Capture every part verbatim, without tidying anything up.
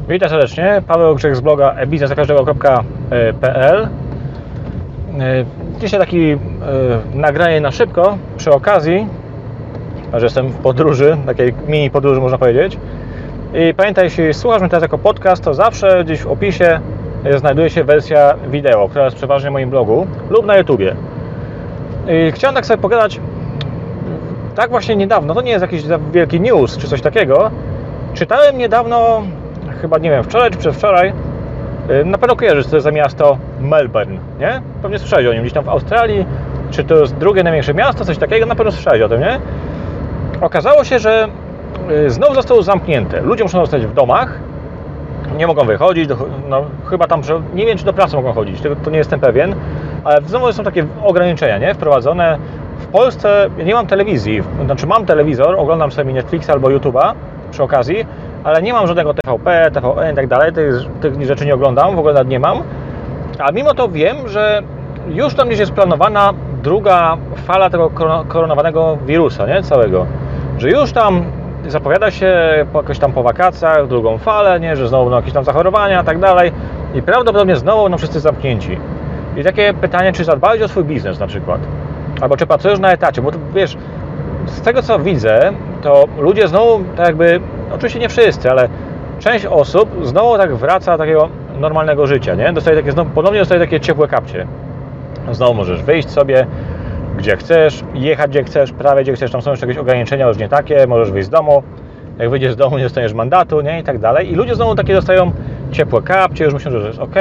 Witam serdecznie, Paweł Grzech z bloga e biznes dla każdego kropka p l. Dzisiaj taki e, nagranie na szybko, przy okazji, że jestem w podróży, takiej mini podróży można powiedzieć. I pamiętaj, jeśli słuchasz mnie teraz jako podcast, to zawsze gdzieś w opisie znajduje się wersja wideo, która jest przeważnie na moim blogu lub na YouTubie. I chciałem tak sobie pogadać, tak właśnie niedawno, to nie jest jakiś wielki news czy coś takiego. Czytałem niedawno, chyba nie wiem, wczoraj czy przedwczoraj, na pewno kojarzysz, co to jest za miasto Melbourne, nie? Pewnie słyszałeś o nim, gdzieś tam w Australii, czy to jest drugie największe miasto, coś takiego, na pewno słyszałeś o tym, nie? Okazało się, że znowu zostało zamknięte. Ludzie muszą zostać w domach, nie mogą wychodzić, do, no, chyba tam, nie wiem, czy do pracy mogą chodzić, to, to nie jestem pewien, ale znowu są takie ograniczenia, nie? Wprowadzone. W Polsce ja nie mam telewizji, znaczy mam telewizor, oglądam sobie Netflixa albo YouTube'a przy okazji, ale nie mam żadnego T V P, T V N i tak dalej, tych, tych rzeczy nie oglądam, w ogóle nawet nie mam. A mimo to wiem, że już tam gdzieś jest planowana druga fala tego koronowanego wirusa, nie? Całego. Że już tam zapowiada się po, jakoś tam po wakacjach drugą falę, nie? Że znowu będą jakieś tam zachorowania i tak dalej. I prawdopodobnie znowu będą wszyscy zamknięci. I takie pytanie, czy zadbałeś o swój biznes na przykład? Albo czy pracujesz na etacie? Bo to, wiesz, z tego co widzę, to ludzie znowu tak jakby, oczywiście nie wszyscy, ale część osób znowu tak wraca do takiego normalnego życia, nie? Dostaje takie, znowu, ponownie dostaje takie ciepłe kapcie. Znowu możesz wyjść sobie gdzie chcesz, jechać gdzie chcesz, prawie gdzie chcesz, tam są jeszcze jakieś ograniczenia, już nie takie, możesz wyjść z domu, jak wyjdziesz z domu nie dostaniesz mandatu, nie? I tak dalej. I ludzie znowu takie dostają ciepłe kapcie, już myślą, że jest ok,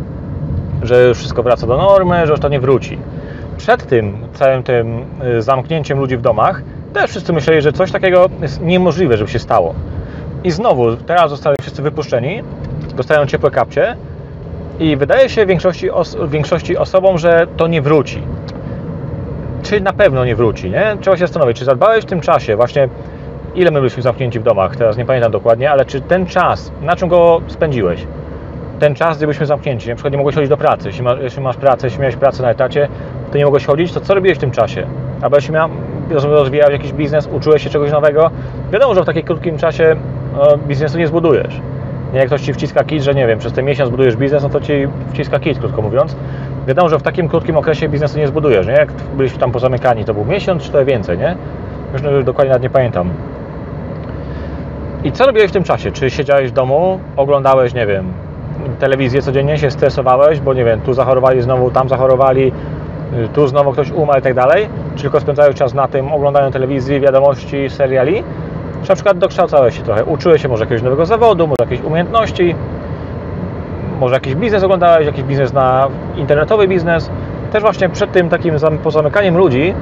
że już wszystko wraca do normy, że już to nie wróci. Przed tym całym tym zamknięciem ludzi w domach też wszyscy myśleli, że coś takiego jest niemożliwe, żeby się stało. I znowu, teraz zostali wszyscy wypuszczeni, dostają ciepłe kapcie i wydaje się większości, os większości osobom, że to nie wróci. Czy na pewno nie wróci, nie? Trzeba się zastanowić, czy zadbałeś w tym czasie, właśnie ile my byliśmy zamknięci w domach, teraz nie pamiętam dokładnie, ale czy ten czas, na czym go spędziłeś? Ten czas, gdy byliśmy zamknięci, na przykład nie mogłeś chodzić do pracy, jeśli masz, jeśli masz pracę, jeśli miałeś pracę na etacie, to nie mogłeś chodzić, to co robiłeś w tym czasie? Albo jeśli miał, rozwijałeś jakiś biznes, uczyłeś się czegoś nowego, wiadomo, że w takim krótkim czasie no, biznesu nie zbudujesz. Nie, jak ktoś Ci wciska kit, że nie wiem, przez ten miesiąc budujesz biznes, no to Ci wciska kit, krótko mówiąc. Wiadomo, że w takim krótkim okresie biznesu nie zbudujesz, nie? Jak byliśmy tam pozamykani, to był miesiąc, czy to więcej, nie? Już dokładnie nawet nie pamiętam. I co robiłeś w tym czasie? Czy siedziałeś w domu, oglądałeś, nie wiem, telewizję codziennie, się stresowałeś, bo nie wiem, tu zachorowali znowu, tam zachorowali, tu znowu ktoś umarł i tak dalej? Czy tylko spędzałeś czas na tym, oglądaniu telewizji, wiadomości, seriali? Czy na przykład dokształcałeś się trochę, uczyłeś się może jakiegoś nowego zawodu, może jakiejś umiejętności, może jakiś biznes oglądałeś, jakiś biznes na internetowy biznes. Też właśnie przed tym takim pozamykaniem ludzi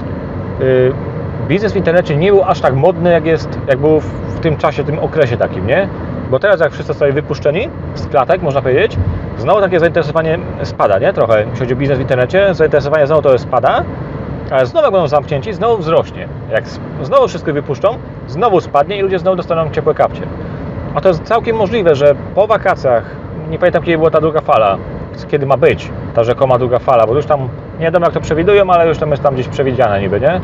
yy, biznes w internecie nie był aż tak modny, jak jest, jak był w, w tym czasie, w tym okresie takim, nie? Bo teraz jak wszyscy zostali wypuszczeni z klatek, można powiedzieć, znowu takie zainteresowanie spada, nie? Trochę, jeśli chodzi o biznes w internecie, zainteresowanie znowu to spada, ale znowu jak będą zamknięci, znowu wzrośnie. Jak znowu wszystko wypuszczą, znowu spadnie i ludzie znowu dostaną ciepłe kapcie. A to jest całkiem możliwe, że po wakacjach, nie pamiętam kiedy była ta druga fala, kiedy ma być ta rzekoma druga fala, bo już tam, nie wiadomo jak to przewidują, ale już tam jest tam gdzieś przewidziane niby, nie?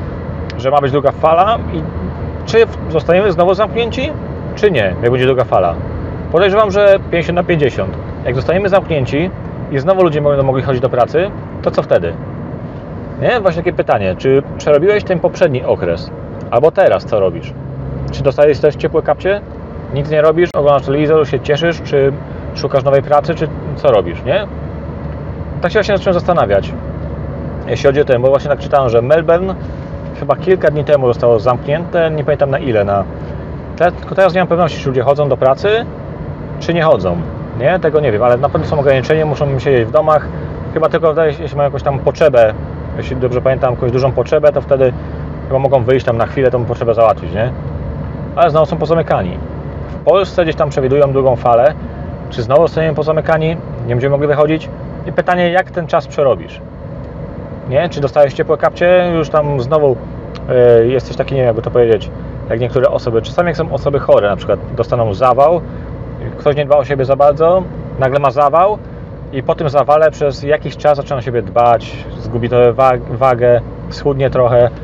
Że ma być druga fala i czy zostaniemy znowu zamknięci, czy nie, jak będzie druga fala. Podejrzewam, że pięćdziesiąt na pięćdziesiąt. Jak zostaniemy zamknięci i znowu ludzie będą mogli chodzić do pracy, to co wtedy? Nie? Właśnie takie pytanie, czy przerobiłeś ten poprzedni okres? Albo teraz co robisz? Czy dostajesz też ciepłe kapcie? Nic nie robisz? Oglądasz telewizor, się cieszysz? Czy szukasz nowej pracy? Czy co robisz, nie? Tak się właśnie zacząłem zastanawiać. Jeśli chodzi o ten, bo właśnie tak czytałem, że Melbourne chyba kilka dni temu zostało zamknięte, nie pamiętam na ile, na... Tylko teraz nie mam pewności, czy ludzie chodzą do pracy, czy nie chodzą, nie? Tego nie wiem, ale na pewno są ograniczenia, muszą siedzieć w domach, chyba tylko jeśli mają jakąś tam potrzebę, jeśli dobrze pamiętam, jakąś dużą potrzebę, to wtedy chyba mogą wyjść tam na chwilę, tą potrzebę załatwić, nie? Ale znowu są pozamykani. W Polsce gdzieś tam przewidują drugą falę, czy znowu zostaniemy pozamykani, nie będziemy mogli wychodzić i pytanie, jak ten czas przerobisz, nie? Czy dostajesz ciepłe kapcie, już tam znowu yy, jesteś taki, nie wiem, jakby to powiedzieć, jak niektóre osoby, czasami jak są osoby chore, na przykład dostaną zawał, ktoś nie dba o siebie za bardzo, nagle ma zawał i po tym zawale przez jakiś czas zaczyna o siebie dbać, zgubi trochę wagę, schudnie trochę,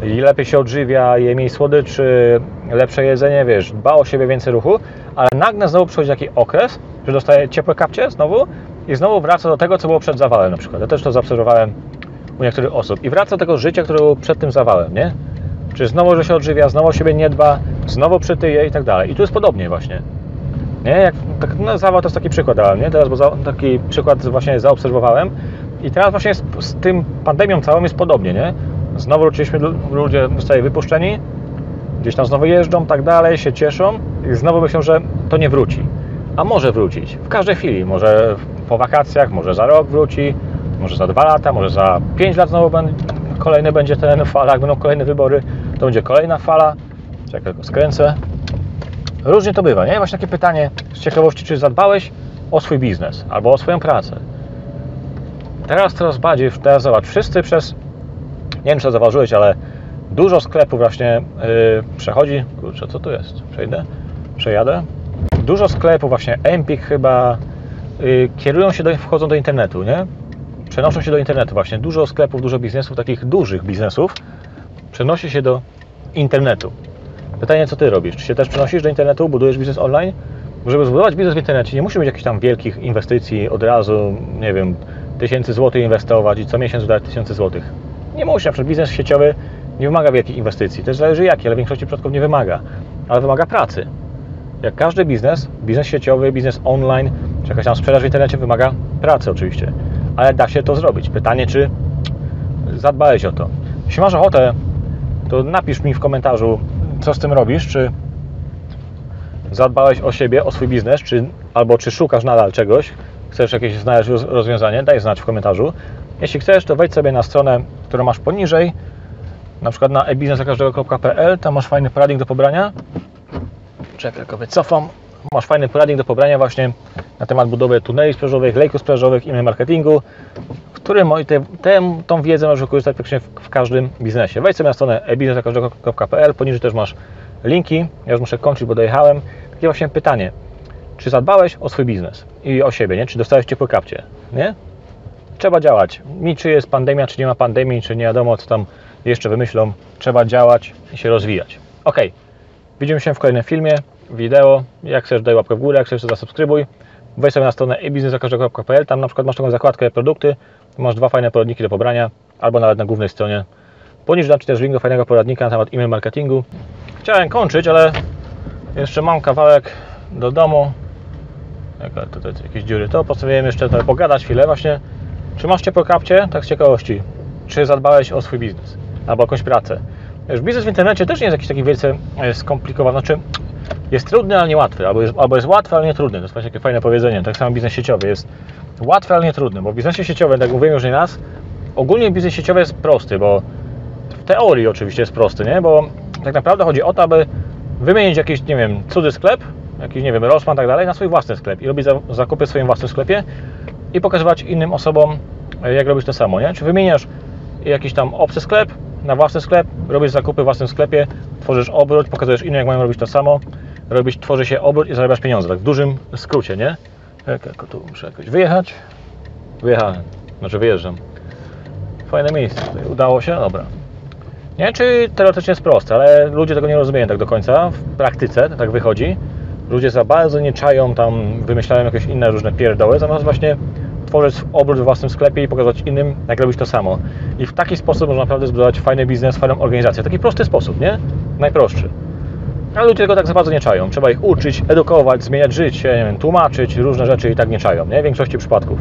i lepiej się odżywia, je mniej słodyczy, lepsze jedzenie, wiesz, dba o siebie, więcej ruchu, ale nagle znowu przychodzi taki okres, że dostaje ciepłe kapcie znowu i znowu wraca do tego, co było przed zawałem na przykład. Ja też to zaobserwowałem u niektórych osób i wraca do tego życia, które było przed tym zawałem, nie? Czyli znowu, że się odżywia, znowu o siebie nie dba, znowu przytyje i tak dalej. I tu jest podobnie właśnie. Nie? Jak, tak, no, zawał to jest taki przykład dałem, nie? Teraz, bo za, taki przykład właśnie zaobserwowałem i teraz właśnie jest, z tym pandemią całą jest podobnie, nie? Znowu wróciliśmy, ludzie zostali wypuszczeni, gdzieś tam znowu jeżdżą, tak dalej, się cieszą i znowu myślą, że to nie wróci. A może wrócić, w każdej chwili, może po wakacjach, może za rok wróci, może za dwa lata, może za pięć lat znowu będzie, kolejny będzie ten fala, jak będą kolejne wybory, to będzie kolejna fala. Czekaj, tylko skręcę. Różnie to bywa, nie? Właśnie takie pytanie z ciekawości, czy zadbałeś o swój biznes albo o swoją pracę. Teraz coraz bardziej, teraz zobacz, wszyscy przez, nie wiem, czy to zauważyłeś, ale dużo sklepów właśnie yy, przechodzi, kurczę, co tu jest? Przejdę? Przejadę? Dużo sklepów, właśnie Empik chyba, yy, kierują się, do, wchodzą do internetu, nie? Przenoszą się do internetu właśnie. Dużo sklepów, dużo biznesów, takich dużych biznesów przenosi się do internetu. Pytanie, co Ty robisz? Czy się też przenosisz do internetu, budujesz biznes online? Bo żeby zbudować biznes w internecie, nie musi mieć jakichś tam wielkich inwestycji od razu, nie wiem, tysięcy złotych inwestować i co miesiąc wydać tysiące złotych. Nie musi, na przykład biznes sieciowy nie wymaga wielkich inwestycji. Też zależy jaki, ale w większości przypadków nie wymaga. Ale wymaga pracy. Jak każdy biznes, biznes sieciowy, biznes online, czy jakaś tam sprzedaż w internecie wymaga pracy oczywiście. Ale da się to zrobić. Pytanie, czy zadbałeś o to? Jeśli masz ochotę, to napisz mi w komentarzu, co z tym robisz, czy zadbałeś o siebie, o swój biznes, czy, albo czy szukasz nadal czegoś, chcesz jakieś znaleźć rozwiązanie, daj znać w komentarzu. Jeśli chcesz, to wejdź sobie na stronę, którą masz poniżej, na przykład na e biznes dla każdego kropka p l, tam masz fajny poradnik do pobrania. Czekaj, tylko wycofam. Masz fajny poradnik do pobrania właśnie na temat budowy tuneli sprzedażowych, lejków sprzedażowych, e-mail marketingu, w którym te, te, tą wiedzę możesz wykorzystać praktycznie w, w każdym biznesie. Wejdź sobie na stronę e biznes dla każdego kropka p l, poniżej też masz linki. Ja już muszę kończyć, bo dojechałem. Takie właśnie pytanie, czy zadbałeś o swój biznes i o siebie, nie? Czy dostałeś ciepłe kapcie, nie? Trzeba działać. Mi czy jest pandemia, czy nie ma pandemii, czy nie wiadomo, co tam jeszcze wymyślą. Trzeba działać i się rozwijać. Ok, widzimy się w kolejnym filmie, wideo. Jak chcesz, daj łapkę w górę, jak chcesz, to zasubskrybuj. Wejdź sobie na stronę e biznes dla każdego kropka p l, tam na przykład masz taką zakładkę produkty, masz dwa fajne poradniki do pobrania, albo nawet na głównej stronie. Poniżej dam Ci też link do fajnego poradnika na temat e-mail marketingu. Chciałem kończyć, ale jeszcze mam kawałek do domu. Jaka tutaj jakieś dziury, to postanowiłem jeszcze tutaj pogadać chwilę właśnie. Czy masz ciepłe kapcie? Tak z ciekawości. Czy zadbałeś o swój biznes? Albo jakąś pracę? Już biznes w internecie też nie jest jakiś taki wielce skomplikowany. Znaczy jest trudny, ale nie łatwy. Albo jest, albo jest łatwy, ale nie trudny. To jest właśnie takie fajne powiedzenie. Tak samo biznes sieciowy jest łatwy, ale nie trudny. Bo w biznesie sieciowym, tak mówiłem już nie raz, ogólnie biznes sieciowy jest prosty, bo w teorii oczywiście jest prosty, nie? Bo tak naprawdę chodzi o to, aby wymienić jakiś, nie wiem, cudzy sklep, jakiś, nie wiem, Rossmann, tak dalej, na swój własny sklep i robić zakupy w swoim własnym sklepie i pokazywać innym osobom, jak robić to samo, nie? Czy wymieniasz jakiś tam obcy sklep na własny sklep, robisz zakupy w własnym sklepie, tworzysz obrót, pokazujesz innym, jak mają robić to samo, robisz, tworzy się obrót i zarabiasz pieniądze, tak w dużym skrócie, nie? Jak, jak tu muszę jakoś wyjechać? Wyjechałem, znaczy wyjeżdżam. Fajne miejsce tutaj, udało się? Dobra. Nie wiem, czy teoretycznie jest proste, ale ludzie tego nie rozumieją tak do końca. W praktyce tak wychodzi. Ludzie za bardzo nie czają, tam wymyślają jakieś inne różne pierdoły, zamiast właśnie tworzyć obrót w własnym sklepie i pokazać innym, jak robić to samo. I w taki sposób można naprawdę zbudować fajny biznes, fajną organizację. W taki prosty sposób, nie? Najprostszy. Ale ludzie tego tak za bardzo nie czają. Trzeba ich uczyć, edukować, zmieniać życie, nie wiem, tłumaczyć różne rzeczy i tak nie czają, nie? W większości przypadków.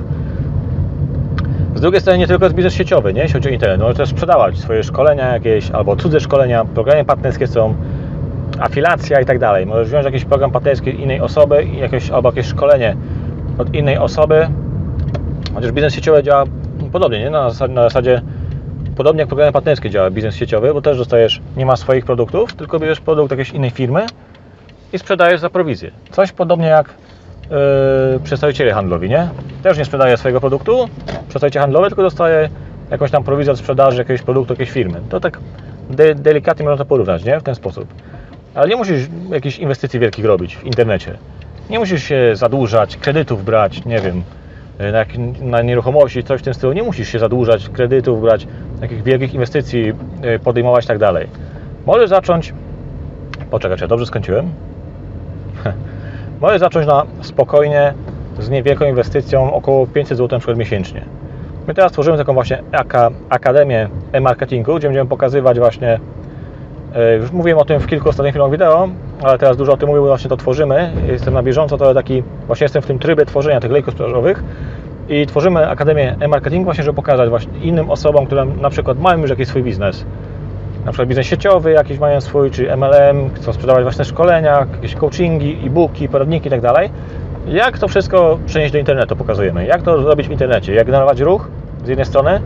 Z drugiej strony nie tylko jest biznes sieciowy, nie? Jeśli chodzi o internet, no, ale też sprzedawać swoje szkolenia jakieś, albo cudze szkolenia, programy partnerskie są, afilacja i tak dalej. Możesz wziąć jakiś program partnerski innej osoby i jakieś, albo jakieś szkolenie od innej osoby. Chociaż biznes sieciowy działa podobnie, nie? Na zasadzie, na zasadzie podobnie jak programy partnerskie działa biznes sieciowy, bo też dostajesz, nie ma swoich produktów, tylko bierzesz produkt jakiejś innej firmy i sprzedajesz za prowizję. Coś podobnie jak Yy, przedstawiciele handlowi, nie? Też nie sprzedaje swojego produktu, przedstawiciel handlowy, tylko dostaje jakąś tam prowizję od sprzedaży jakiegoś produktu, jakiejś firmy. To tak de delikatnie można to porównać, nie? W ten sposób. Ale nie musisz jakichś inwestycji wielkich robić w internecie. Nie musisz się zadłużać, kredytów brać, nie wiem, na, jak, na nieruchomości, coś w tym stylu. Nie musisz się zadłużać, kredytów brać, takich wielkich inwestycji podejmować i tak dalej. Możesz zacząć, poczekaj, czy ja dobrze skończyłem? Możesz zacząć na spokojnie z niewielką inwestycją, około pięćset złotych na przykład miesięcznie. My teraz tworzymy taką właśnie akademię e-marketingu, gdzie będziemy pokazywać właśnie, już mówiłem o tym w kilku ostatnich filmach wideo, ale teraz dużo o tym mówię, bo właśnie to tworzymy. Jestem na bieżąco, to taki, właśnie jestem w tym trybie tworzenia tych lejków sprzedażowych i tworzymy akademię e-marketingu właśnie, żeby pokazać właśnie innym osobom, które na przykład mają już jakiś swój biznes, na przykład biznes sieciowy jakiś mają swój, czy M L M, chcą sprzedawać właśnie szkolenia, jakieś coachingi, e-booki, poradniki i tak dalej. Jak to wszystko przenieść do internetu pokazujemy, jak to zrobić w internecie, jak generować ruch z jednej strony,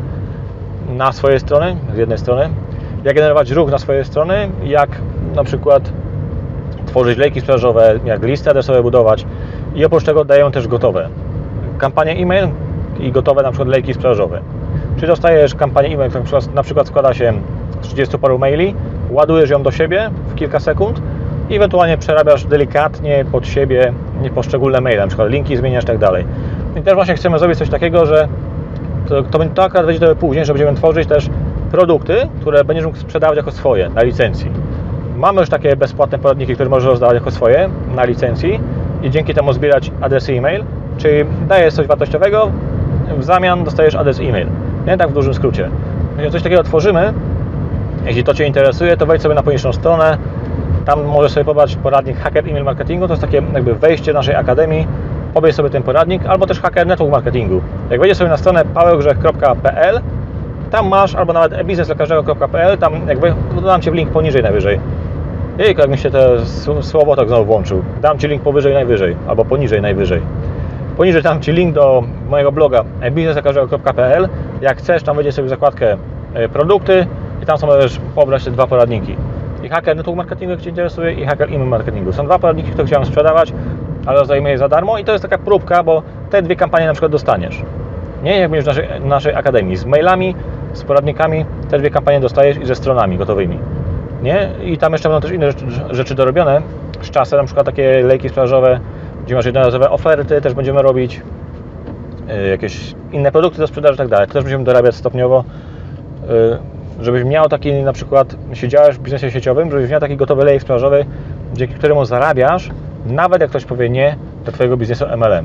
na swojej strony, z jednej strony, jak generować ruch na swojej strony, jak na przykład tworzyć lejki sprzedażowe, jak listy adresowe budować i oprócz tego dają też gotowe kampanie e-mail i gotowe na przykład lejki sprzedażowe. Czyli dostajesz kampanię e-mail, która na przykład, na przykład składa się z trzydziestu paru maili, ładujesz ją do siebie w kilka sekund i ewentualnie przerabiasz delikatnie pod siebie poszczególne maile, na przykład linki zmieniasz i tak dalej. I też właśnie chcemy zrobić coś takiego, że to, to, to akurat będzie to później, że będziemy tworzyć też produkty, które będziesz mógł sprzedawać jako swoje na licencji. Mamy już takie bezpłatne poradniki, które możesz rozdawać jako swoje na licencji i dzięki temu zbierać adresy e-mail, czyli dajesz coś wartościowego, w zamian dostajesz adres e-mail. Nie tak w dużym skrócie. Jeśli coś takiego tworzymy, jeśli to Cię interesuje, to wejdź sobie na poniższą stronę, tam możesz sobie pobrać poradnik Hacker E-mail Marketingu, to jest takie jakby wejście do naszej akademii, pobierz sobie ten poradnik, albo też Hacker Network Marketingu. Jak wejdziesz sobie na stronę pawełgrzech kropka p l, tam masz, albo nawet e biznes dla każdego kropka p l, tam jakby dodam Ci link poniżej najwyżej. Jejku, jak mi się to słowo tak znowu włączył. Dam Ci link powyżej najwyżej, albo poniżej najwyżej. Poniżej dam Ci link do mojego bloga e biznes dla każdego kropka p l. Jak chcesz, tam wejdziesz sobie w zakładkę produkty i tam są możesz pobrać te dwa poradniki. I Hacker Network Marketingu, jak Cię interesuje, i Hacker E-mail Marketingu. Są dwa poradniki, które chciałem sprzedawać, ale rozdajemy je za darmo i to jest taka próbka, bo te dwie kampanie na przykład dostaniesz. Nie, jak będziesz w naszej, naszej akademii z mailami, z poradnikami, te dwie kampanie dostajesz i ze stronami gotowymi. Nie? I tam jeszcze będą też inne rzeczy, rzeczy dorobione z czasem, na przykład takie lejki sprzedażowe, gdzie masz jednorazowe oferty, też będziemy robić yy, jakieś inne produkty do sprzedaży i tak dalej. To też będziemy dorabiać stopniowo, yy, żebyś miał taki na przykład, jeśli działasz w biznesie sieciowym, żebyś miał taki gotowy lejek sprzedażowy, dzięki któremu zarabiasz, nawet jak ktoś powie nie do Twojego biznesu M L M.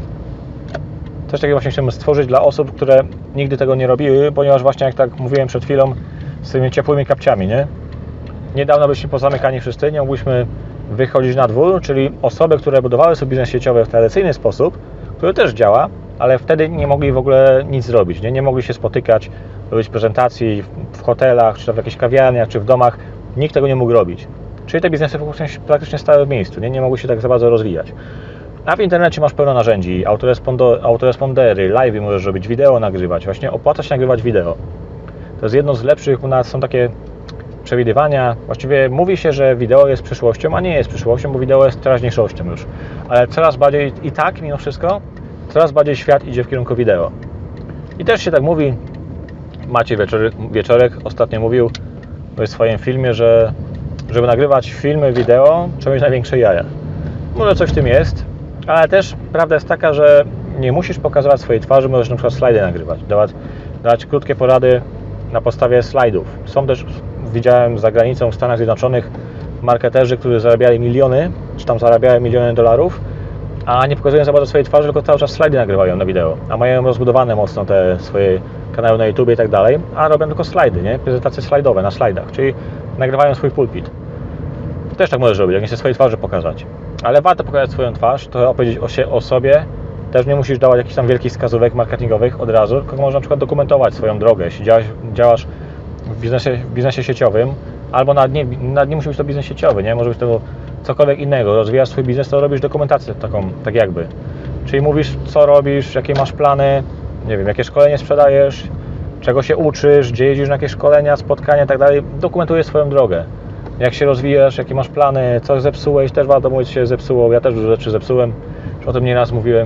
Coś takiego właśnie chcemy stworzyć dla osób, które nigdy tego nie robiły, ponieważ właśnie jak tak mówiłem przed chwilą, z tymi ciepłymi kapciami, nie? Niedawno byliśmy pozamykani wszyscy, nie mogłyśmy wychodzić na dwór, czyli osoby, które budowały sobie biznes sieciowy w tradycyjny sposób, który też działa, ale wtedy nie mogli w ogóle nic zrobić, nie, nie mogli się spotykać, robić prezentacji w hotelach, czy w jakichś kawiarniach, czy w domach, nikt tego nie mógł robić. Czyli te biznesy praktycznie stały w miejscu, nie, nie mogły się tak za bardzo rozwijać. A w internecie masz pełno narzędzi, autorespondery, live'y możesz robić, wideo nagrywać, właśnie opłaca się nagrywać wideo. To jest jedno z lepszych, u nas są takie przewidywania, właściwie mówi się, że wideo jest przyszłością, a nie jest przyszłością, bo wideo jest teraźniejszością już. Ale coraz bardziej, i tak mimo wszystko, coraz bardziej świat idzie w kierunku wideo. I też się tak mówi, Maciej Wieczorek, Wieczorek ostatnio mówił w swoim filmie, że żeby nagrywać filmy, wideo, trzeba mieć największe jaja. Może coś w tym jest, ale też prawda jest taka, że nie musisz pokazywać swojej twarzy, możesz na przykład slajdy nagrywać, dawać, dawać krótkie porady na podstawie slajdów. Są też, widziałem za granicą w Stanach Zjednoczonych, marketerzy, którzy zarabiali miliony, czy tam zarabiają miliony dolarów, a nie pokazują za bardzo swojej twarzy, tylko cały czas slajdy nagrywają na wideo, a mają rozbudowane mocno te swoje kanały na YouTube i tak dalej, a robią tylko slajdy, nie? Prezentacje slajdowe na slajdach, czyli nagrywają swój pulpit. Też tak możesz robić, jak nie chcesz swojej twarzy pokazać. Ale warto pokazać swoją twarz, to opowiedzieć o, się, o sobie. Też nie musisz dawać jakichś tam wielkich wskazówek marketingowych od razu, tylko można na przykład dokumentować swoją drogę. Jeśli działasz, działasz w, biznesie, w biznesie sieciowym, albo nawet nie, nawet nie musi być to biznes sieciowy, nie? Może być to cokolwiek innego. Rozwijasz swój biznes, to robisz dokumentację taką, tak jakby. Czyli mówisz, co robisz, jakie masz plany, nie wiem, jakie szkolenie sprzedajesz, czego się uczysz, gdzie jeździsz na jakieś szkolenia, spotkania i tak dalej. Dokumentujesz swoją drogę. Jak się rozwijasz, jakie masz plany, coś zepsułeś, też warto mówić, się zepsuło. Ja też dużo rzeczy zepsułem, już o tym nieraz mówiłem.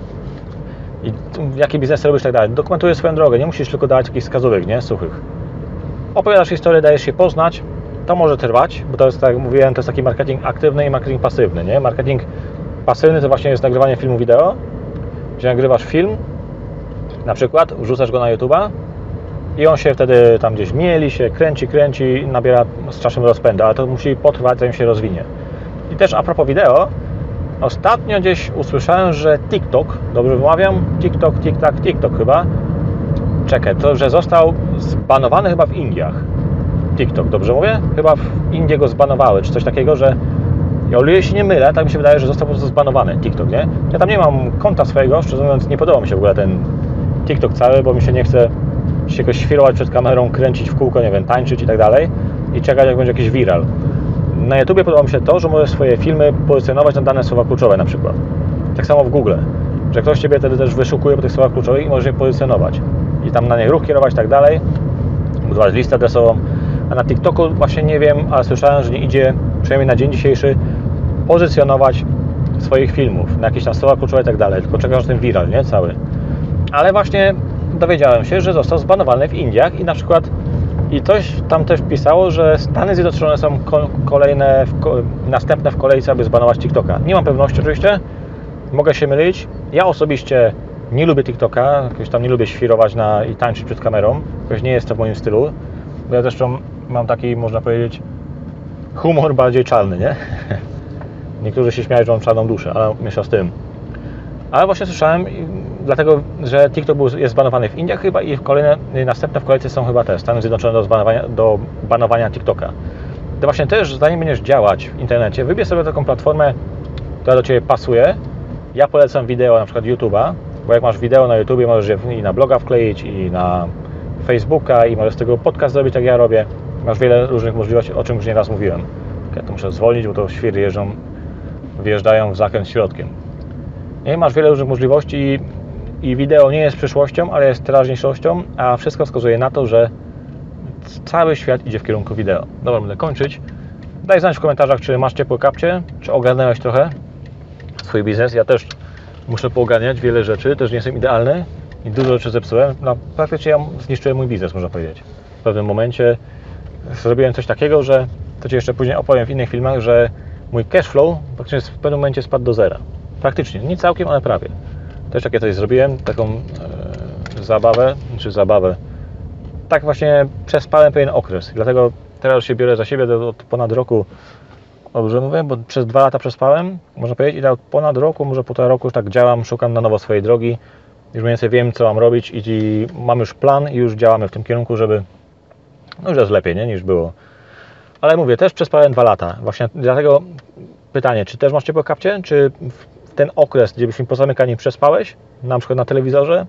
I jakie biznesy robisz i tak dalej. Dokumentujesz swoją drogę, nie musisz tylko dawać jakichś wskazówek, nie? Suchych. Opowiadasz historię, dajesz się poznać, to może trwać, bo to jest, tak jak mówiłem, to jest taki marketing aktywny i marketing pasywny, nie? Marketing pasywny to właśnie jest nagrywanie filmu wideo, gdzie nagrywasz film Na przykład wrzucasz go na YouTube'a i on się wtedy tam gdzieś mieli się, kręci, kręci, nabiera z czasem rozpędu, ale to musi potrwać, zanim się rozwinie. I też a propos wideo, ostatnio gdzieś usłyszałem, że TikTok, dobrze wymawiam? TikTok, TikTok, TikTok chyba. Czekaj, to że został zbanowany chyba w Indiach. TikTok, dobrze mówię? Chyba w Indie go zbanowały, czy coś takiego, że o ile się nie mylę, tak mi się wydaje, że został po prostu zbanowany TikTok, nie? Ja tam nie mam konta swojego, szczerze mówiąc nie podoba mi się w ogóle ten TikTok cały, bo mi się nie chce się jakoś świrować przed kamerą, kręcić w kółko, nie wiem, tańczyć i tak dalej i czekać, jak będzie jakiś viral. Na YouTubie podoba mi się to, że możesz swoje filmy pozycjonować na dane słowa kluczowe na przykład. Tak samo w Google, że ktoś Ciebie wtedy też wyszukuje po tych słowach kluczowych i możesz je pozycjonować. I tam na nie ruch kierować i tak dalej, budować listę adresową. A na TikToku właśnie nie wiem, ale słyszałem, że nie idzie, przynajmniej na dzień dzisiejszy, pozycjonować swoich filmów na jakieś tam słowa kluczowe i tak dalej, tylko czekasz na ten viral, nie? Cały. Ale właśnie dowiedziałem się, że został zbanowany w Indiach i na przykład i coś tam też pisało, że Stany Zjednoczone są kolejne, następne w kolejce, aby zbanować TikToka. Nie mam pewności oczywiście, mogę się mylić. Ja osobiście nie lubię TikToka, jakoś tam nie lubię świrować na, i tańczyć przed kamerą, jakoś nie jest to w moim stylu, bo ja zresztą mam taki, można powiedzieć, humor bardziej czarny, nie? Niektórzy się śmieją, że mam czarną duszę, ale miesza z tym. Ale właśnie słyszałem, dlatego, że TikTok był, jest zbanowany w Indiach chyba i kolejne, następne w kolejce są chyba te Stany Zjednoczone do, zbanowania, do banowania TikToka. To właśnie też, zanim będziesz działać w internecie, wybierz sobie taką platformę, która do Ciebie pasuje. Ja polecam wideo, na przykład YouTube'a, bo jak masz wideo na YouTubie, możesz je i na bloga wkleić, i na Facebooka, i możesz z tego podcast zrobić, jak ja robię. Masz wiele różnych możliwości, o czym już nieraz mówiłem. Ja to muszę zwolnić, bo to świry jeżdżą, wjeżdżają w zakręt środkiem. Nie, masz wiele różnych możliwości i wideo nie jest przyszłością, ale jest teraźniejszością, a wszystko wskazuje na to, że cały świat idzie w kierunku wideo. Dobra, będę kończyć. Daj znać w komentarzach, czy masz ciepłe kapcie, czy ogarnęłeś trochę swój biznes. Ja też muszę poogarniać wiele rzeczy, też nie jestem idealny i dużo rzeczy zepsułem. No, praktycznie ja zniszczyłem mój biznes, można powiedzieć. W pewnym momencie zrobiłem coś takiego, że to Ci jeszcze później opowiem w innych filmach, że mój cashflow praktycznie w pewnym momencie spadł do zera. Praktycznie, nie całkiem, ale prawie. Też takie coś zrobiłem, taką e, zabawę, czy zabawę. Tak właśnie przespałem pewien okres. Dlatego teraz się biorę za siebie do, od ponad roku. Dobrze mówię, bo przez dwa lata przespałem, można powiedzieć, i od ponad roku, może półtora roku już tak działam, szukam na nowo swojej drogi. Już mniej więcej wiem, co mam robić i, i mam już plan i już działamy w tym kierunku, żeby no już jest lepiej, nie, niż było. Ale mówię, też przespałem dwa lata. Właśnie dlatego pytanie, czy też masz ciepłe kapcie, czy w ten okres, gdzie byśmy pozamykani przespałeś, na przykład na telewizorze,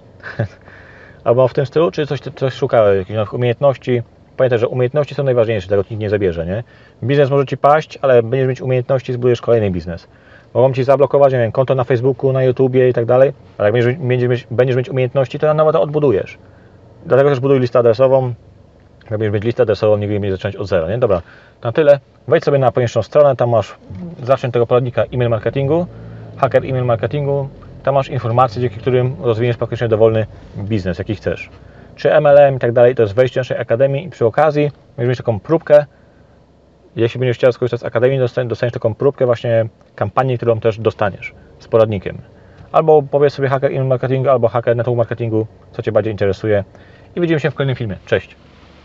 albo w tym stylu, czy coś, coś szukałeś, jakichś nowych umiejętności. Pamiętaj, że umiejętności są najważniejsze, tego nikt nie zabierze, nie? Biznes może Ci paść, ale będziesz mieć umiejętności, zbudujesz kolejny biznes. Mogą Ci zablokować, nie wiem, konto na Facebooku, na YouTubie i tak dalej, ale jak będziesz, będziesz, mieć, będziesz mieć umiejętności, to na nowo to odbudujesz. Dlatego też buduj listę adresową. Jak będziesz mieć listę adresową, nigdy nie będziesz zacząć od zera, nie? Dobra, to na tyle. Wejdź sobie na poniższą stronę, tam masz, zacznij tego poradnika e-mail marketingu, hacker e-mail marketingu, tam masz informacje, dzięki którym rozwiniesz praktycznie dowolny biznes, jaki chcesz. Czy M L M i tak dalej, to jest wejście do naszej akademii i przy okazji będziesz mieć taką próbkę, jeśli będziesz chciał skorzystać z akademii, dostaniesz taką próbkę właśnie kampanii, którą też dostaniesz z poradnikiem. Albo powiedz sobie hacker e-mail marketingu, albo hacker network marketingu, co Cię bardziej interesuje i widzimy się w kolejnym filmie. Cześć!